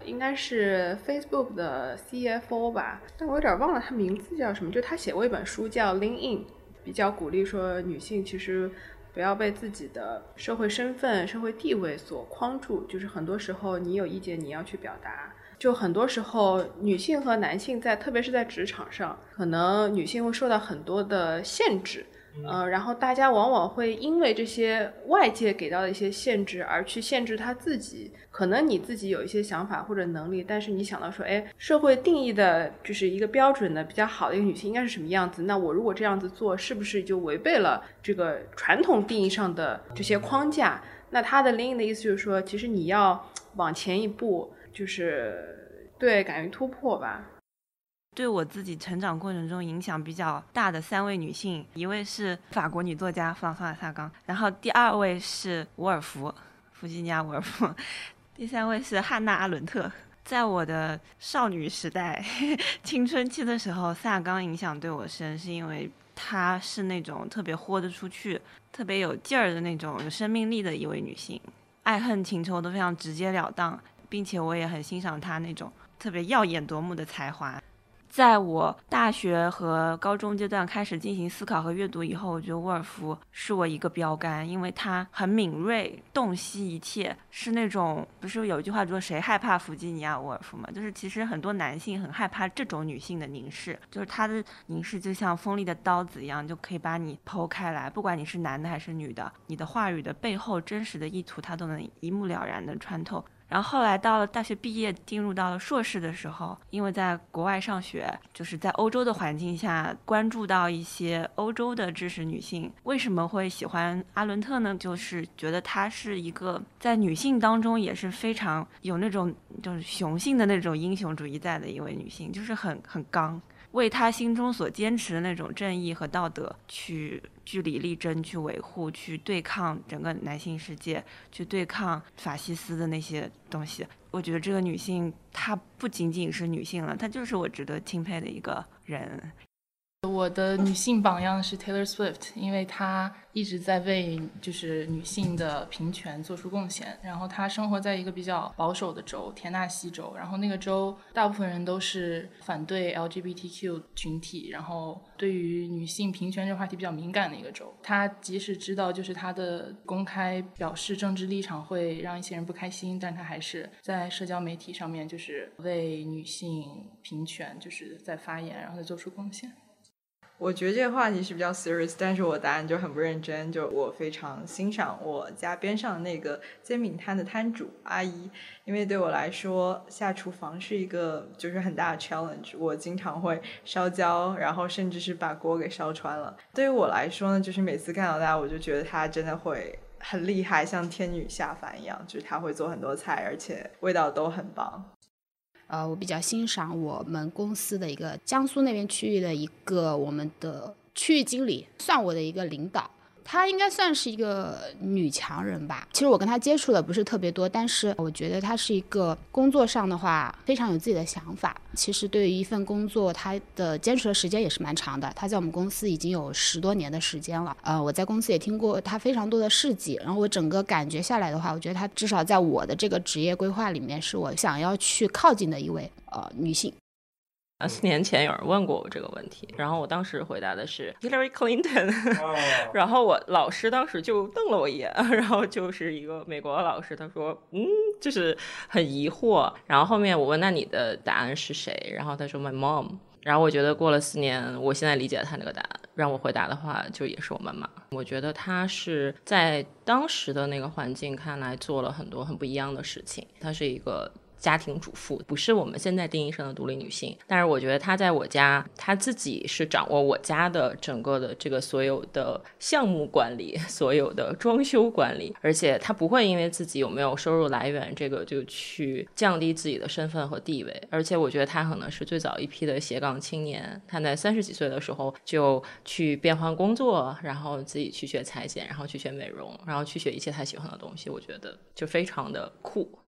应该是 Facebook 的 CFO 吧，但我有点忘了他名字叫什么，就他写过一本书叫 Lean In， 比较鼓励说女性其实不要被自己的社会身份社会地位所框住，就是很多时候你有意见你要去表达，就很多时候女性和男性特别是在职场上，可能女性会受到很多的限制，然后大家往往会因为这些外界给到的一些限制而去限制他自己，可能你自己有一些想法或者能力，但是你想到说社会定义的就是一个标准的比较好的一个女性应该是什么样子，那我如果这样子做是不是就违背了这个传统定义上的这些框架。那他的另一的意思就是说，其实你要往前一步，就是对敢于突破吧。 对我自己成长过程中影响比较大的3位女性，一位是法国女作家弗朗索瓦萨冈，然后第2位是弗吉尼亚·伍尔夫，第3位是汉娜·阿伦特。在我的少女时代青春期的时候，萨冈影响对我深，是因为她是那种特别豁得出去特别有劲儿的那种有生命力的一位女性，爱恨情仇都非常直截了当，并且我也很欣赏她那种特别耀眼夺目的才华。在我大学和高中阶段开始进行思考和阅读以后，我觉得沃尔夫是我一个标杆，因为他很敏锐，洞悉一切，是那种不是有一句话说谁害怕弗吉尼亚·沃尔夫吗？就是其实很多男性很害怕这种女性的凝视，就是她的凝视就像锋利的刀子一样，就可以把你剖开来，不管你是男的还是女的，你的话语的背后真实的意图，他都能一目了然的穿透。然后后来到了大学毕业，进入到了硕士的时候，因为在国外上学，就是在欧洲的环境下，关注到一些欧洲的知识女性。为什么会喜欢阿伦特呢？就是觉得她是一个在女性当中也是非常有那种就是雄性的那种英雄主义在的一位女性，就是很刚，为她心中所坚持的那种正义和道德去据理力争，去维护，去对抗整个男性世界，去对抗法西斯的那些东西。我觉得这个女性她不仅仅是女性了，她就是我值得钦佩的一个人。 我的女性榜样是 Taylor Swift， 因为她一直在为就是女性的平权做出贡献。然后她生活在一个比较保守的州，田纳西州，然后那个州大部分人都是反对 LGBTQ 群体，然后对于女性平权这个话题比较敏感的一个州。她即使知道就是她的公开表示政治立场会让一些人不开心，但她还是在社交媒体上面就是为女性平权就是在发言，然后在做出贡献。 我觉得这个话题是比较 serious， 但是我答案就很不认真。就我非常欣赏我家边上的那个煎饼摊的摊主阿姨，因为对我来说下厨房是一个就是很大的 challenge， 我经常会烧焦，然后甚至是把锅给烧穿了。对于我来说呢，就是每次看到她我就觉得她真的会很厉害，像天女下凡一样，就是她会做很多菜，而且味道都很棒。 我比较欣赏我们公司的一个江苏那边区域的一个我们的区域经理，算我的一个领导。她应该算是一个女强人吧。其实我跟她接触的不是特别多，但是我觉得她是一个工作上的话非常有自己的想法。其实对于一份工作，她的坚持的时间也是蛮长的。她在我们公司已经有10多年的时间了。我在公司也听过她非常多的事迹，然后我整个感觉下来的话，我觉得她至少在我的这个职业规划里面，是我想要去靠近的一位女性。 4年前有人问过我这个问题，然后我当时回答的是 Hillary Clinton，然后我老师当时就瞪了我一眼，然后就是一个美国的老师，他说就是很疑惑，然后后面我问那你的答案是谁，然后他说 my mom， 然后我觉得过了4年，我现在理解了他那个答案，让我回答的话就也是我妈妈。我觉得她是在当时的那个环境看来做了很多很不一样的事情，她是一个家庭主妇，不是我们现在定义上的独立女性，但是我觉得她在我家，她自己是掌握我家的整个的这个所有的项目管理，所有的装修管理，而且她不会因为自己有没有收入来源这个就去降低自己的身份和地位，而且我觉得她可能是最早一批的斜杠青年，她在30几岁的时候就去变换工作，然后自己去学裁剪，然后去学美容，然后去学一切她喜欢的东西，我觉得就非常的酷。